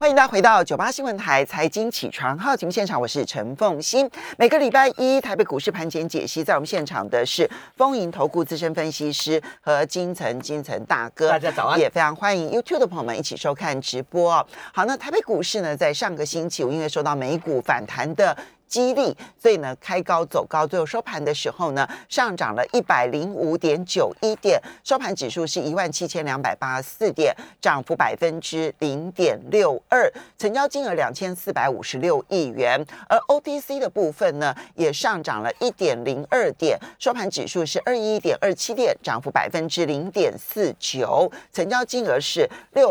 欢迎大家回到98新闻台财经起床号节目现场，我是陈凤馨。每个礼拜一台北股市盘前解析，在我们现场的是丰盈投顾资深分析师和金城大哥， 大家早安， 也非常欢迎 YouTube 的朋友们一起收看直播哦。好，那台北股市呢，在上个星期因为受到美股反弹的激励，所以呢开高走高，最后收盘的时候呢上涨了105.91点，收盘指数是17284点，涨幅0.62%，成交金额2456亿元。而 OTC 的部分呢也上涨了1.02点，收盘指数是21.27点，涨幅0.49%，成交金额是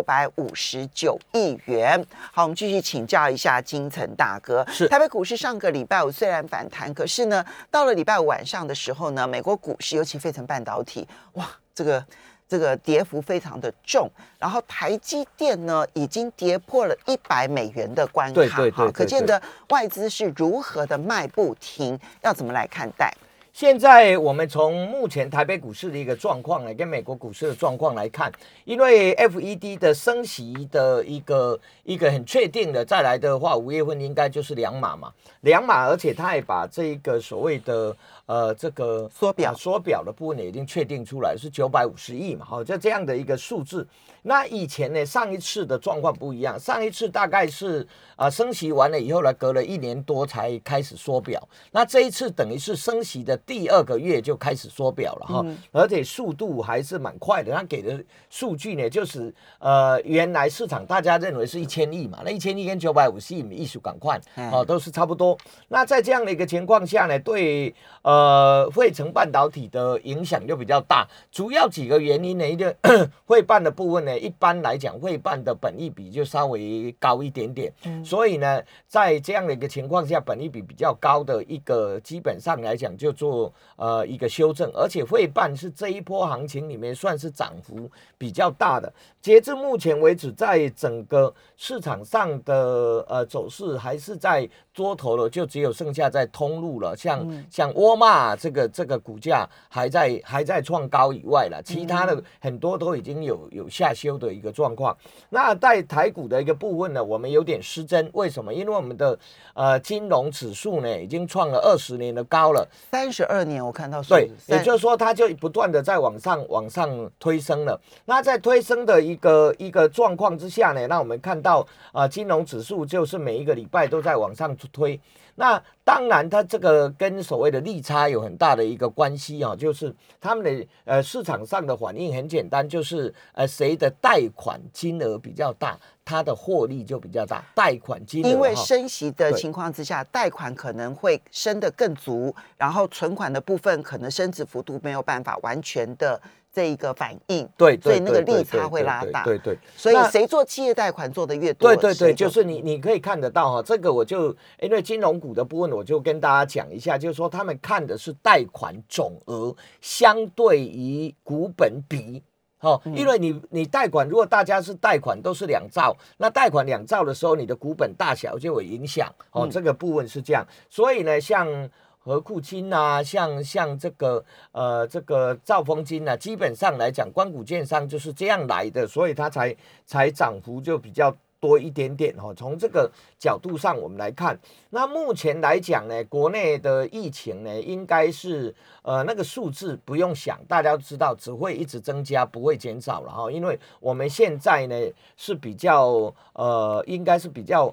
659亿元。好，我们继续请教一下金城大哥。 是台北股市上个礼拜五虽然反弹，可是呢，到了礼拜五晚上的时候呢，美国股市尤其费城半导体，哇，这个跌幅非常的重，然后台积电呢已经跌破了$100的关卡， 对， 可见的外资是如何的迈不停，要怎么来看待？ 现在我们从目前台北股市的一个状况来跟美国股市的状况来看，因为 FED 的升息的一个很确定的，再来的话5月份应该就是2码嘛，2码，而且他还把这个所谓的这个缩表的部分也已经确定出来是950亿嘛，好，就这样的一个数字。那以前呢，上一次的状况不一样，上一次大概是升息完了以后呢，隔了1年多才开始缩表。那这一次等于是升息的第2个月就开始缩表了哈，而且速度还是蛮快的。他给的数据呢，就是原来市场大家认为是1000亿嘛，那1000亿跟950亿艺术赶快都是差不多。那在这样的一个情况下呢，对费城半导体的影响就比较大，主要几个原因呢，一个费半的部分呢，一般来讲费半的本益比就稍微高一点点，所以呢，在这样的一个情况下，本益比比较高的一个基本上来讲就做一个修正，而且费半是这一波行情里面算是涨幅比较大的。截至目前为止，在整个市场上的走势还是在多头了，就只有剩下在通路了，像沃尔玛这个股价还在创高以外了，其他的很多都已经有下修的一个状况。那在台股的一个部分呢，我们有点失真，为什么？因为我们的金融指数呢已经创了20年的高了 ，32年我看到对，也就是说它就不断的在往上推升了。那在推升的一个状况之下呢，那我们看到金融指数就是每一个礼拜都在往上推。那当然它这个跟所谓的利差有很大的一个关系啊，就是他们的市场上的反应很简单，就是谁的贷款金额比较大，它的获利就比较大。贷款金额因为升息的情况之下，贷款可能会升得更足，然后存款的部分可能升值幅度没有办法完全的这一个反应， 对， 所以那个利差会拉大， 对， 所以谁做企业贷款做的越多， 对，就是你可以看得到哈，这个我就因为金融股的部分，我就跟大家讲一下，就是说他们看的是贷款总额相对于股本比。因为你贷款，如果大家是贷款都是2兆，那贷款2兆的时候，你的股本大小就有影响这个部分是这样。所以呢，像和库金啊，像这个兆丰金啊，基本上来讲，官股券商就是这样来的，所以它才涨幅就比较多一点点从这个角度上我们来看，那目前来讲呢，国内的疫情呢，应该是那个数字不用想，大家都知道只会一直增加，不会减少了因为我们现在呢是比较应该是比较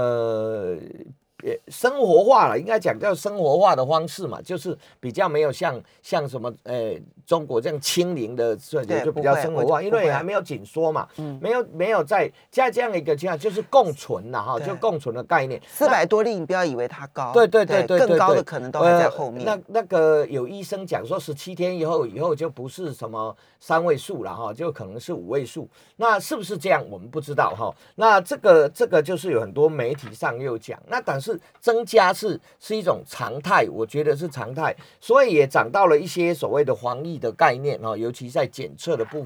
生活化了，应该讲叫生活化的方式嘛，就是比较没有像什么中国这样清零的，所以就比较生活化，因为还没有紧缩嘛，没有在这样一个情况，就是共存啦就共存的概念。 400多例，你不要以为它高， 对， 更高的可能都还在后面。 那个有医生讲说，17天以后就不是什么3位数了就可能是5位数。那是不是这样？我们不知道那这个就是有很多媒体上又讲，那但是增加是一种常态，我觉得是常态，所以也涨到了一些所谓的防疫的概念尤其在检测的部分。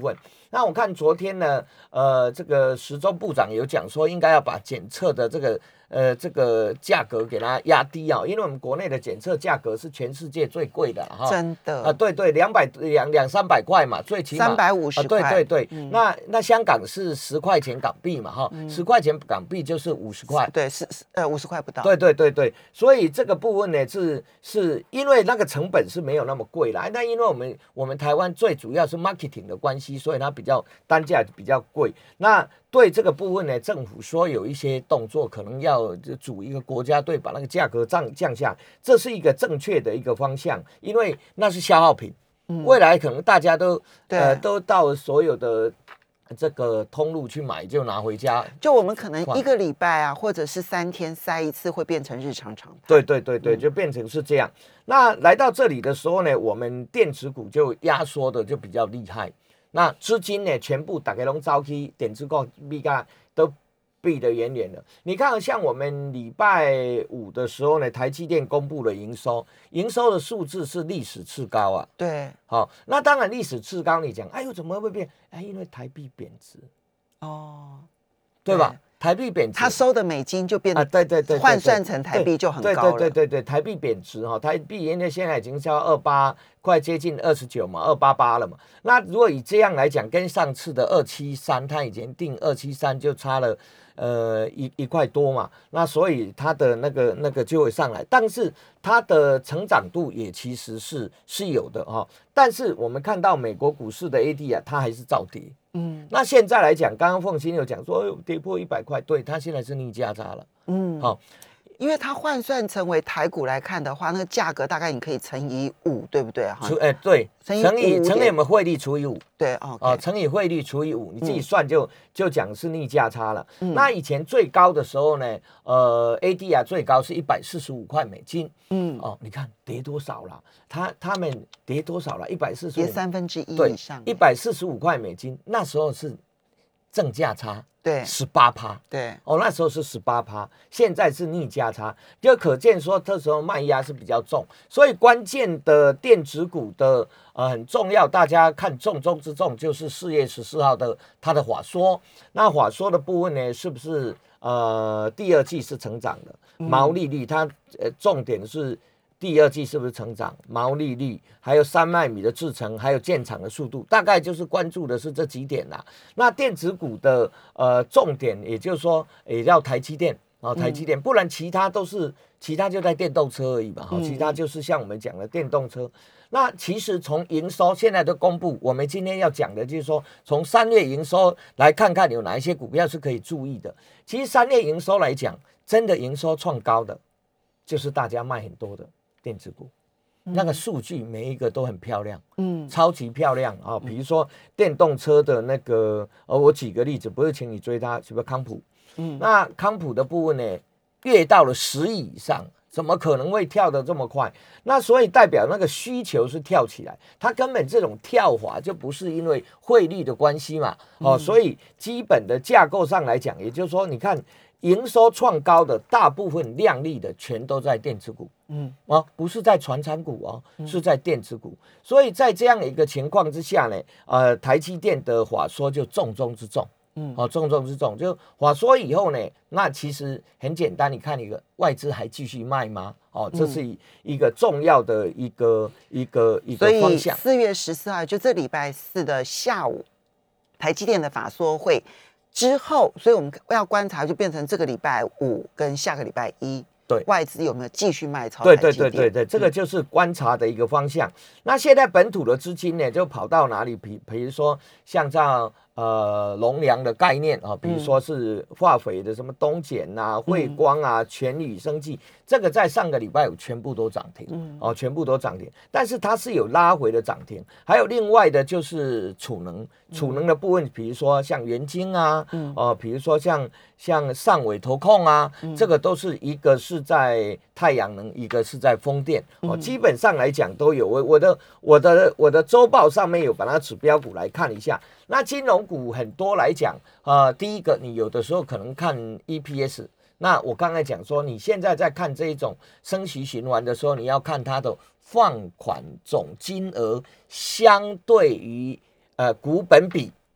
那我看昨天呢，这个时中部长有讲说，应该要把检测的这个价格给它压低啊，因为我们国内的检测价格是全世界最贵的哈， 真的啊，对对，200-300块嘛，最起码 350块， 对对对，那香港是10块钱港币嘛哈，10块钱港币就是50块， 对，是50块不到， 对对对对，所以这个部分呢是因为那个成本是没有那么贵啦，但因为我们台湾最主要是 marketing 的关系，所以它比较单价比较贵，那对这个部分呢，政府说有一些动作，可能要组一个国家队，把那个价格降下，这是一个正确的一个方向，因为那是消耗品，未来可能大家都到所有的这个通路去买，就拿回家。 就我们可能1个礼拜啊，或者是3天塞一次，会变成日常常态。 对对对对，就变成是这样。那来到这里的时候呢，我们电子股就压缩的就比较厉害。那资金呢，全部大家都招去电子股，都避得远远的。你看，像我们礼拜5的时候呢，台积电公布了营收的数字是历史次高啊。 对， 好，那当然历史次高，你讲，哎呦怎么会变？哎，因为台币贬值， 哦， 对吧？台币贬值， 他收的美金就变得对， 换算成台币就很高了。 对，台币贬值哈，台币因为现在已经是要28，快接近29嘛，288了嘛。那如果以这样来讲，跟上次的273，它以前定273就差了一块多嘛，那所以它的那个就会上来，但是它的成长度也其实是有的哈。但是我们看到美国股市的 AD 啊，它还是照跌。那现在来讲，刚刚凤馨有讲说，跌破100块，对，它现在是逆价差了。好， 因为它换算成为台股来看的话，那个价格大概你可以乘以5，对不对？ 对， 乘以我们汇率除以5， 对哦， 乘以汇率除以5，你自己算就讲是逆价差了。那以前最高的时候呢，AD 啊最高是145块美金。你看跌多少了？他们跌多少了？145， 跌1/3以上 ，145块美金，那时候是正价差。 对 ，18%， 对， 那时候是18%，现在是逆价差，就可见说这时候卖压是比较重，所以关键的电子股的很重要，大家看重中之重就是4月14号的它的法说，那法说的部分呢，是不是第二季是成长的，毛利率它重点是。第二季是不是成长？毛利率，还有3奈米的制程，还有建厂的速度，大概就是关注的是这几点啦。那电子股的重点，也就是说，也要台积电台积电，不然其他就在电动车而已嘛。其他就是像我们讲的电动车。那其实从营收现在的公布，我们今天要讲的就是说，从3月营收来看看有哪一些股票是可以注意的。其实3月营收来讲，真的营收创高的，就是大家卖很多的。电子股那个数据每一个都很漂亮，超级漂亮啊！比如说电动车的那个，我举个例子，不是请你追它，是不是康普？那康普的部分呢，跃到了10亿以上，怎么可能会跳得这么快？那所以代表那个需求是跳起来，它根本这种跳法就不是因为汇率的关系嘛，所以基本的架构上来讲，也就是说，你看。营收创高的大部分亮丽的全都在电子股，不是在传产股是在电子股，所以在这样一个情况之下呢，台积电的法说就重中之重，重中之重，就法说以后呢，那其实很简单，你看一个外资还继续卖吗？这是一个重要的一个方向。 所以4月14号就这礼拜4的下午，台积电的法说会。之后，所以我们要观察，就变成这个礼拜5跟下个礼拜1， 对外资有没有继续卖超台积电？ 对，这个就是观察的一个方向。那现在本土的资金呢，就跑到哪里？比如说像这样农粮的概念比如说是化肥的什么东碱啊、汇光啊、全宇生技，这个在上个礼拜5全部都涨停，全部都涨停。但是它是有拉回的涨停，还有另外的就是储能的部分，比如说像元晶啊，比如说像上尾投控啊，这个都是一个是在太阳能，一个是在风电，基本上来讲都有。我的周报上面有把它指标股来看一下。那金融股很多来讲，第一个你有的时候可能看 EPS。那我刚才讲说，你现在在看这一种升息循环的时候，你要看它的放款总金额相对于股本比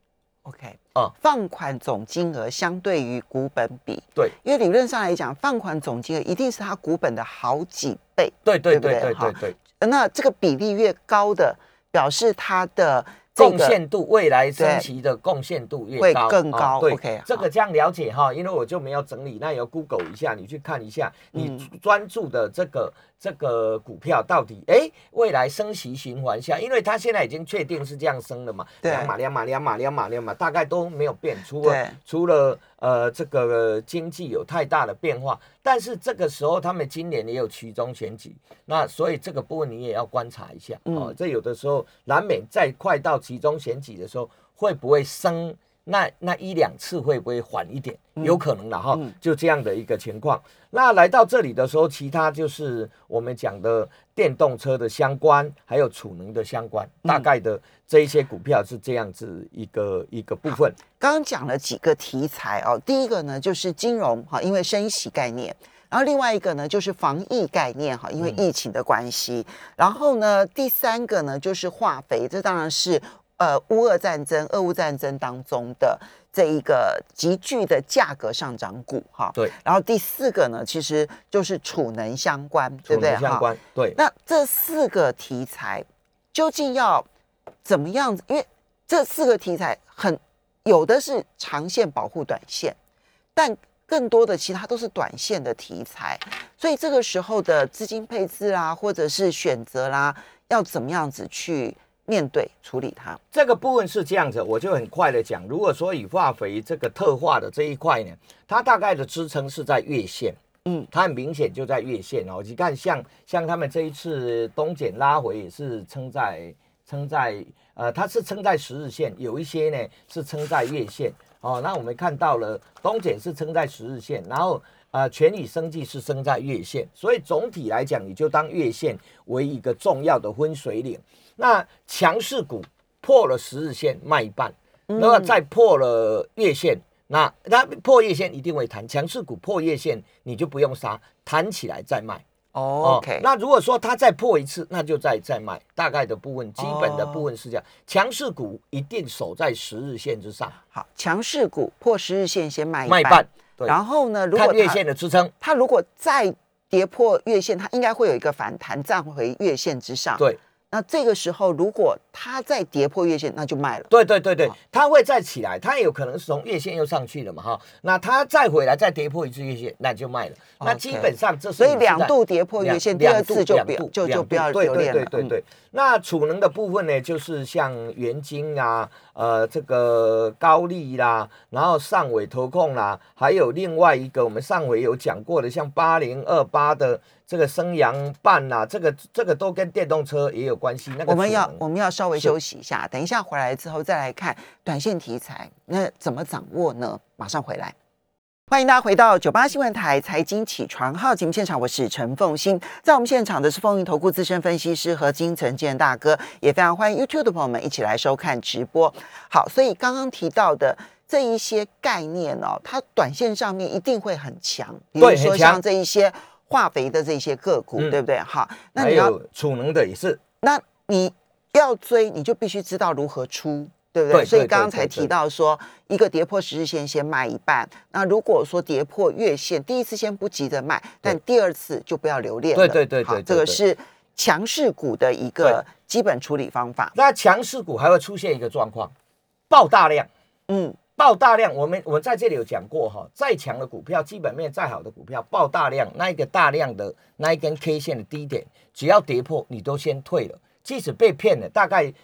OK， 啊， 放款总金额相对于股本比， 对， 因为理论上来讲，放款总金额一定是它股本的好几倍， 对对不对？ 对对对对， 那这个比例越高的，表示它的贡献度未来升息的贡献度越高， 会更高。 对 OK， 这个这样了解哈，因为我就没有整理，那有 Google 一下，你去看一下，你专注的这个股票到底未来升息循环下，因为它现在已经确定是这样升了嘛，两码，大概都没有变，除了这个经济有太大的变化，但是这个时候他们今年也有期中选举，那所以这个部分你也要观察一下哦。这有的时候难免在快到期中选举的时候，会不会升？那一两次会不会缓一点？有可能了哈，就这样的一个情况。那来到这里的时候，其他就是我们讲的电动车的相关，还有储能的相关，大概的这一些股票是这样子一个部分。 刚刚讲了几个题材哦，第一个呢就是金融哈，因为升息概念。然后另外一个呢就是防疫概念哈，因为疫情的关系。然后呢第三个呢就是化肥，这当然是俄乌战争当中的这一个急剧的价格上涨股哈。 对。 然后第四个呢其实就是储能相关，对不对？ 相关，对。 那这四个题材究竟要怎么样？因为这四个题材有的是长线保护短线，但更多的其他都是短线的题材，所以这个时候的资金配置啦，或者是选择啦，要怎么样子去面对处理它？ 这个部分是这样子，我就很快的讲。如果说以化肥这个特化的这一块呢，它大概的支撑是在月线，它很明显就在月线哦。你看像他们这一次东碱拉回也是撑在它是撑在10日线，有一些呢是撑在月线。哦，那我们看到了东碱是撑在10日线，然后全宇生技是撑在月线，所以总体来讲，你就当月线为一个重要的分水岭。那强势股破了10日线卖一半，那么再破了月线，那它破月线一定会弹，强势股破月线你就不用杀，弹起来再卖。 OK， 那如果说它再破一次，那就再卖，大概的部分，基本的部分是这样。强势股一定守在10日线之上。 好，强势股破10日线先卖一半， 对。然后呢，如果看月线的支撑， 它如果再跌破月线，它应该会有一个反弹，站回月线之上。 对。 那这个时候，如果它再跌破月线，那就卖了。 对，它会再起来，它也有可能是从月线又上去了嘛，哈。那它再回来，再跌破一次月线，那就卖了。那基本上这是所以2度跌破月线，第二次就不要留恋了。 对。那储能的部分呢，就是像元晶啊，这个高力啦，然后上尾投控啦，还有另外一个我们上回有讲过的，像8028的这个升阳半啦，这个都跟电动车也有关系。那个我们要稍微休息一下，等一下回来之后再来看短线题材，那怎么掌握呢？马上回来。欢迎大家回到98新闻台财经起床号节目现场，我是陈凤馨。在我们现场的是风云投顾资深分析师和金城健大哥，也非常欢迎 YouTube 的朋友们一起来收看直播。好，所以刚刚提到的这一些概念哦，它短线上面一定会很强，比如说像这一些化肥的这些个股，对不对？好， 那你要储能的也是， 那你要追，你就必须知道如何出。对不对？所以刚刚才提到说，一个跌破10日线先卖一半。那如果说跌破月线，第一次先不急着卖，但第二次就不要留恋了。 对， 这个是强势股的一个基本处理方法。 那强势股还会出现一个状况，爆大量。爆大量，我们在这里有讲过哈，再强的股票，基本面再好的股票，爆大量，那一个大量的那一根 K 线的低点，只要跌破，你都先退了。即使被骗了，大概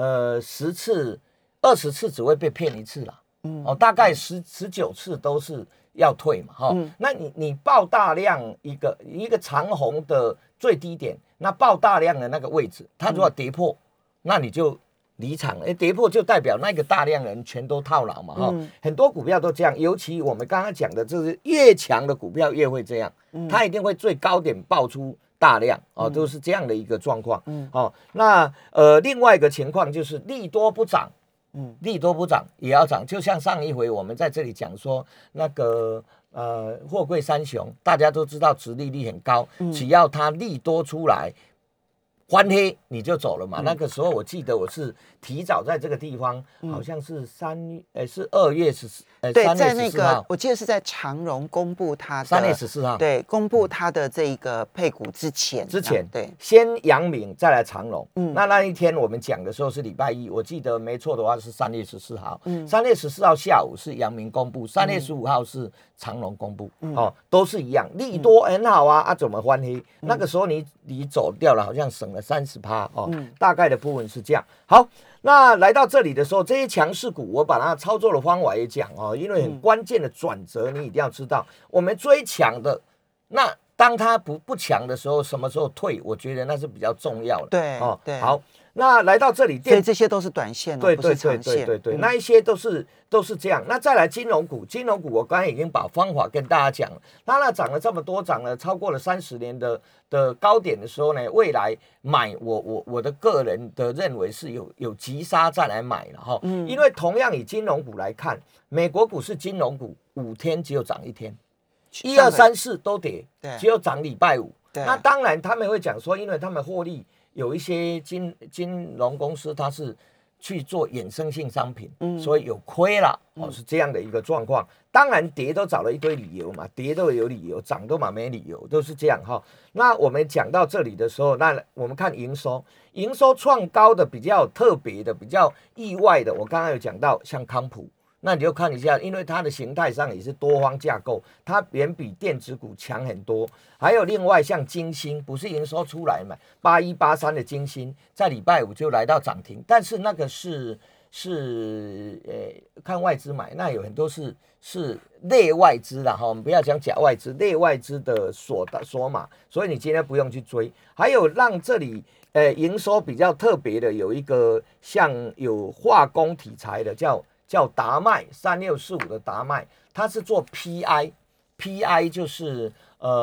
10次。20次只会被骗一次啦，大概19次都是要退嘛，那你爆大量一个长红的最低点，那爆大量的那个位置，它如果跌破，那你就离场了，跌破就代表那个大量人全都套牢嘛，很多股票都这样，尤其我们刚刚讲的，就是越强的股票越会这样，它一定会最高点爆出大量都是这样的一个状况，那另外一个情况就是利多不涨。利多不涨也要涨，就像上一回我们在这里讲说那个货柜三雄，大家都知道殖利率很高，只要它利多出来， 翻黑你就走了嘛。那个时候我记得我是提早在这个地方，好像是是2月14， 对， 3 在月14 那个号我记得是在长荣公布它的 3月14号， 对，公布它的这个配股之前，对， 先阳明再来长荣。那一天我们讲的时候是礼拜一，我记得没错的话是3月14号。3月14号下午是阳明公布，3月15号是长荣公布，都是一样，利多很好啊，怎么翻黑？那个时候你走掉了，好像省了30%哦，大概的部分是这样。好，那来到这里的时候，这些强势股我把它操作的方法也讲哦，因为很关键的转折你一定要知道，我们追强的，那当它不强的时候，什么时候退？我觉得那是比较重要的。 对哦，对。 好，那来到这里， 所以这些都是短线哦，不是长线。 对，那一些都是这样。那再来金融股，我刚才已经把方法跟大家讲了。那涨了这么多，涨了超过了30年的高点的时候呢，未来买我的个人的认为是有急杀再来买了哈。因为同样以金融股来看，美国股市金融股5天只有涨1天。1、2、3、4都跌，只有涨礼拜5。那当然他们会讲说，因为他们获利有一些金融公司，它是去做衍生性商品，所以有亏了是这样的一个状况。当然跌都找了一堆理由嘛，跌都有理由，涨都嘛没理由，都是这样哈。那我们讲到这里的时候，那我们看营收创高的比较特别的、比较意外的，我刚刚有讲到像康普。那你就看一下，因为它的形态上也是多方架构，它远比电子股强很多。还有另外像晶心，不是营收出来嘛，8183的晶心在礼拜5就来到涨停，但是那个是看外资买，那有很多是类外资啦哈，我们不要讲假外资，类外资的锁码，所以你今天不用去追。还有让这里营收比较特别的，有一个像有化工题材的叫达麦3645的达麦，它是做 PI 就是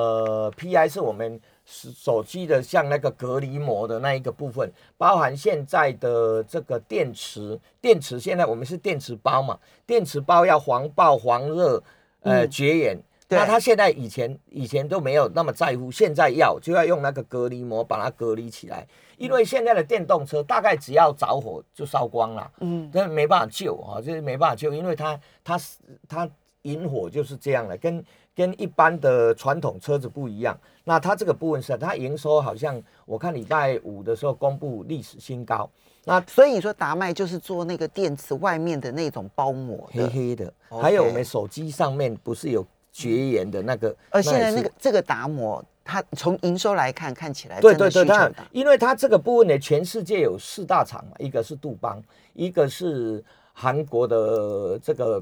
PI 是我们手机的像那个隔离膜的那一个部分，包含现在的这个电池现在我们是电池包嘛，电池包要防爆防热绝缘。那他现在以前都没有那么在乎，现在就要用那个隔离膜把它隔离起来，因为现在的电动车大概只要着火就烧光了，但没办法救啊，就是没办法救，因为它引火就是这样的，跟一般的传统车子不一样。那它这个部分是它营收好像我看礼拜5的时候公布历史新高。 那所以你说达麦就是做那个电池外面的那种包膜的， 黑黑的，还有我们手机上面不是有绝缘的那个， 现在这个达摩，它从营收来看起来对，因为它这个部分呢，全世界有4大厂嘛，一个是杜邦，一个是韩国的这个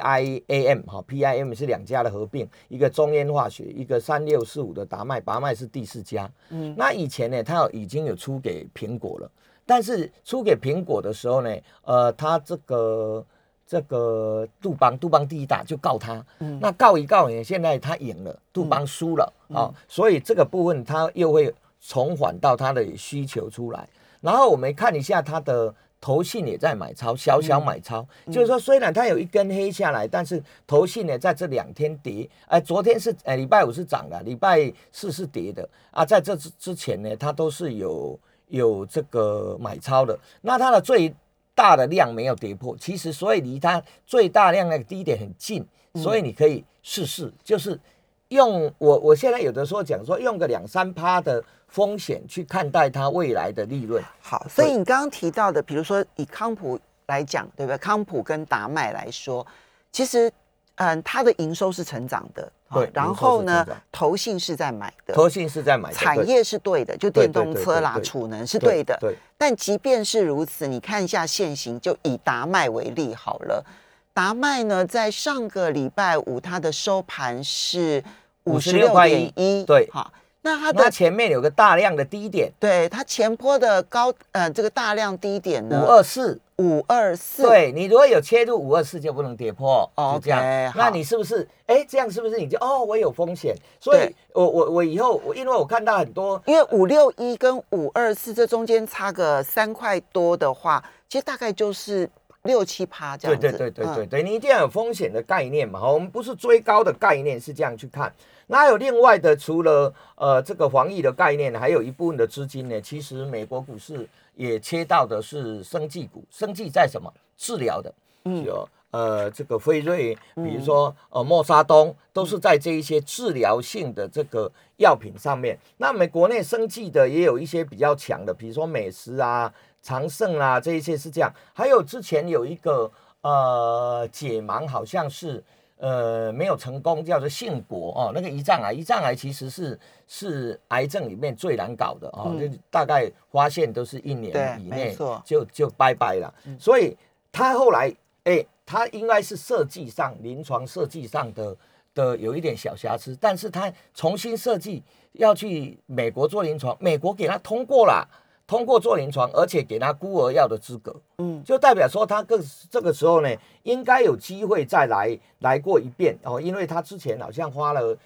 PIAM 哈 ，PIM 是2家的合并，一个中烟化学，一个3645的达麦是第4家。那以前呢，它已经有出给苹果了，但是出给苹果的时候呢，它这个杜邦第一大就告他，那告一告呢，现在他赢了，杜邦输了所以这个部分他又会重返到他的需求出来。然后我们看一下他的投信也在买超，小买超，就是说虽然它有一根黑下来，但是投信呢在这2天跌，昨天是礼拜5是涨的，礼拜4是跌的在这之前呢，它都是有这个买超的。那它的最大的量没有跌破，其实所以离它最大量那个低点很近，所以你可以试，就是用我现在有的时候讲说用个2-3%的风险去看待它未来的利润。 好，所以你刚刚提到的，比如说以康普来讲，对不对？康普跟达麦来说，其实它的营收是成长的， 对， 然后呢，投信是在买的，产业是对的，就电动车啦、储能是对的， 对。 但即便是如此，你看一下现行，就以达麦为例好了。达麦呢，在上个礼拜5，它的收盘是56.1， 对， 好。那它前面有个大量的低点， 对，它前波的这个大量低点呢，524， 对，你如果有切入524就不能跌破，就这样。那你是不是这样是不是你就我有风险？所以我以后因为我看到很多， 因为561跟524这中间差个3块多的话，其实大概就是 6-7%这样子。 对，你一定要有风险的概念嘛。我们不是追高的概念，是这样去看。那还有另外的，除了这个防疫的概念，还有一部分的资金呢，其实美国股市也切到的是生技股，生技在什么治疗的，有这个辉瑞，比如说默沙东，都是在这一些治疗性的这个药品上面。那美国内生技的也有一些比较强的，比如说美食啊、长盛啊，这一些是这样。还有之前有一个解盲，好像是没有成功，叫做信国哦，那个胰脏癌其实是癌症里面最难搞的哦，就大概发现都是1年以内就拜拜了。所以他后来他应该是设计上临床设计上的有一点小瑕疵，但是他重新设计要去美国做临床，美国给他通过了。通过做临床，而且给他孤儿药的资格，就代表说他这个时候呢，应该有机会再来过一遍哦，因为他之前好像花了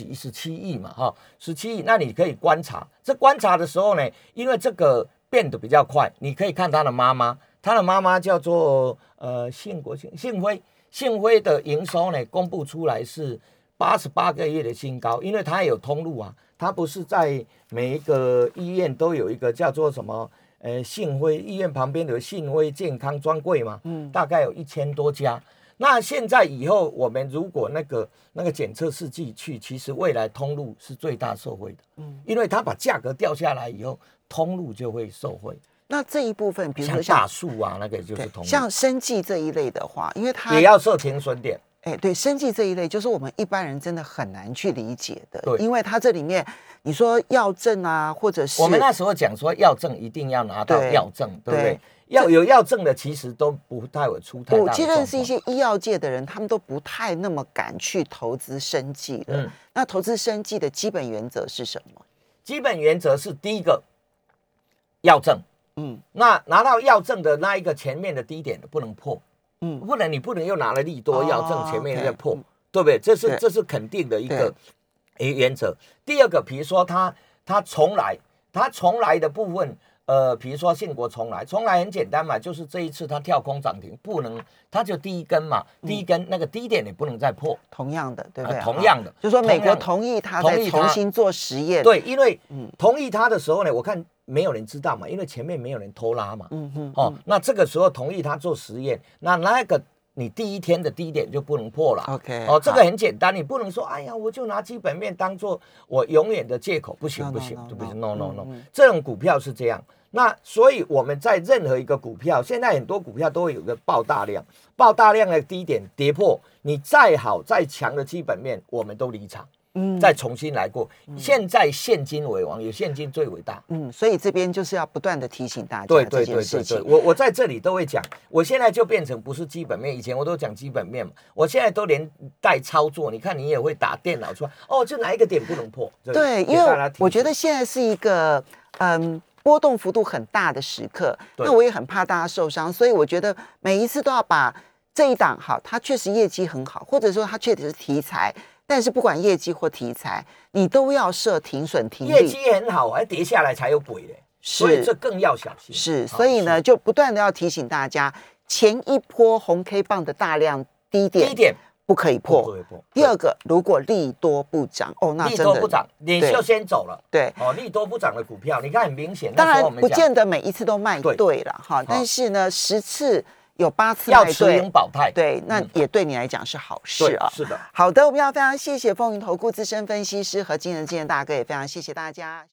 17亿嘛，17亿，那你可以观察，这观察的时候呢，因为这个变得比较快，你可以看他的妈妈叫做信辉的营收呢，公布出来是88个月的新高，因为他也有通路啊。它不是在每一个医院都有一个叫做什么信辉医院旁边有信辉健康专柜嘛，大概有1000多家。那现在以后我们如果那个检测试剂去，其实未来通路是最大受惠的，因为它把价格掉下来以后，通路就会受惠。 那这一部分，比如说像大树啊，那个就是通路。 像生技这一类的话，因为它也要设停损点。 对，生技这一类就是我们一般人真的很难去理解的，因为它这里面你说药证啊，或者是我们那时候讲说药证一定要拿到药证，对不对？要有药证的其实都不太会出太大的状况。 我其实认识一些医药界的人，他们都不太那么敢去投资生技的。那投资生技的基本原则是什么？ 基本原则是第一个药证，那拿到药证的那一个前面的低点不能破。你不能又拿了利多药证前面再破，对不对？这是肯定的一个原则。第二个，比如说他重来的部分，比如说信国重来很简单嘛，就是这一次他跳空涨停，不能，他就第一根嘛，第一根那个低点也不能再破。 同样的，对不对？ 同样的， 就是说美国同意他再重新做实验。 对，因为同意他的时候呢，我看没有人知道嘛，因为前面没有人偷拉嘛。那这个时候同意他做实验，那个你第一天的低点就不能破了。 OK， 这个很简单，你不能说哎呀，我就拿基本面当做我永远的借口，不行，no， 这种股票是这样。那所以我们在任何一个股票，现在很多股票都会有个爆大量的低点跌破，你再好再强的基本面，我们都离场。再重新来过。现在现金为王，有现金最伟大。 所以这边就是要不断的提醒大家这件事情。 我在这里都会讲，我现在就变成不是基本面，以前我都讲基本面嘛，我现在都连带操作。你看你也会打电脑出来，就哪一个点不能破？ 对，因为我觉得现在是一个波动幅度很大的时刻，那我也很怕大家受伤，所以我觉得每一次都要把这一档好，它确实业绩很好，或者说它确实是题材。但是不管业绩或题材，你都要设停损停利。 业绩很好，还跌下来才有鬼嘞，所以这更要小心。 是，所以呢，就不断的要提醒大家，前一波红 K 棒的大量低点不可以破。第二个，如果利多不涨，那真的利多不涨，你就先走了。 对， 利多不涨的股票，你看很明显。 当然不见得每一次都卖对了哈，但是呢，10次。有8次要持盈保泰， 对，那也对你来讲是好事啊。 是的， 好的，我们要非常谢谢风云投顾资深分析师和金人大哥，也非常谢谢大家。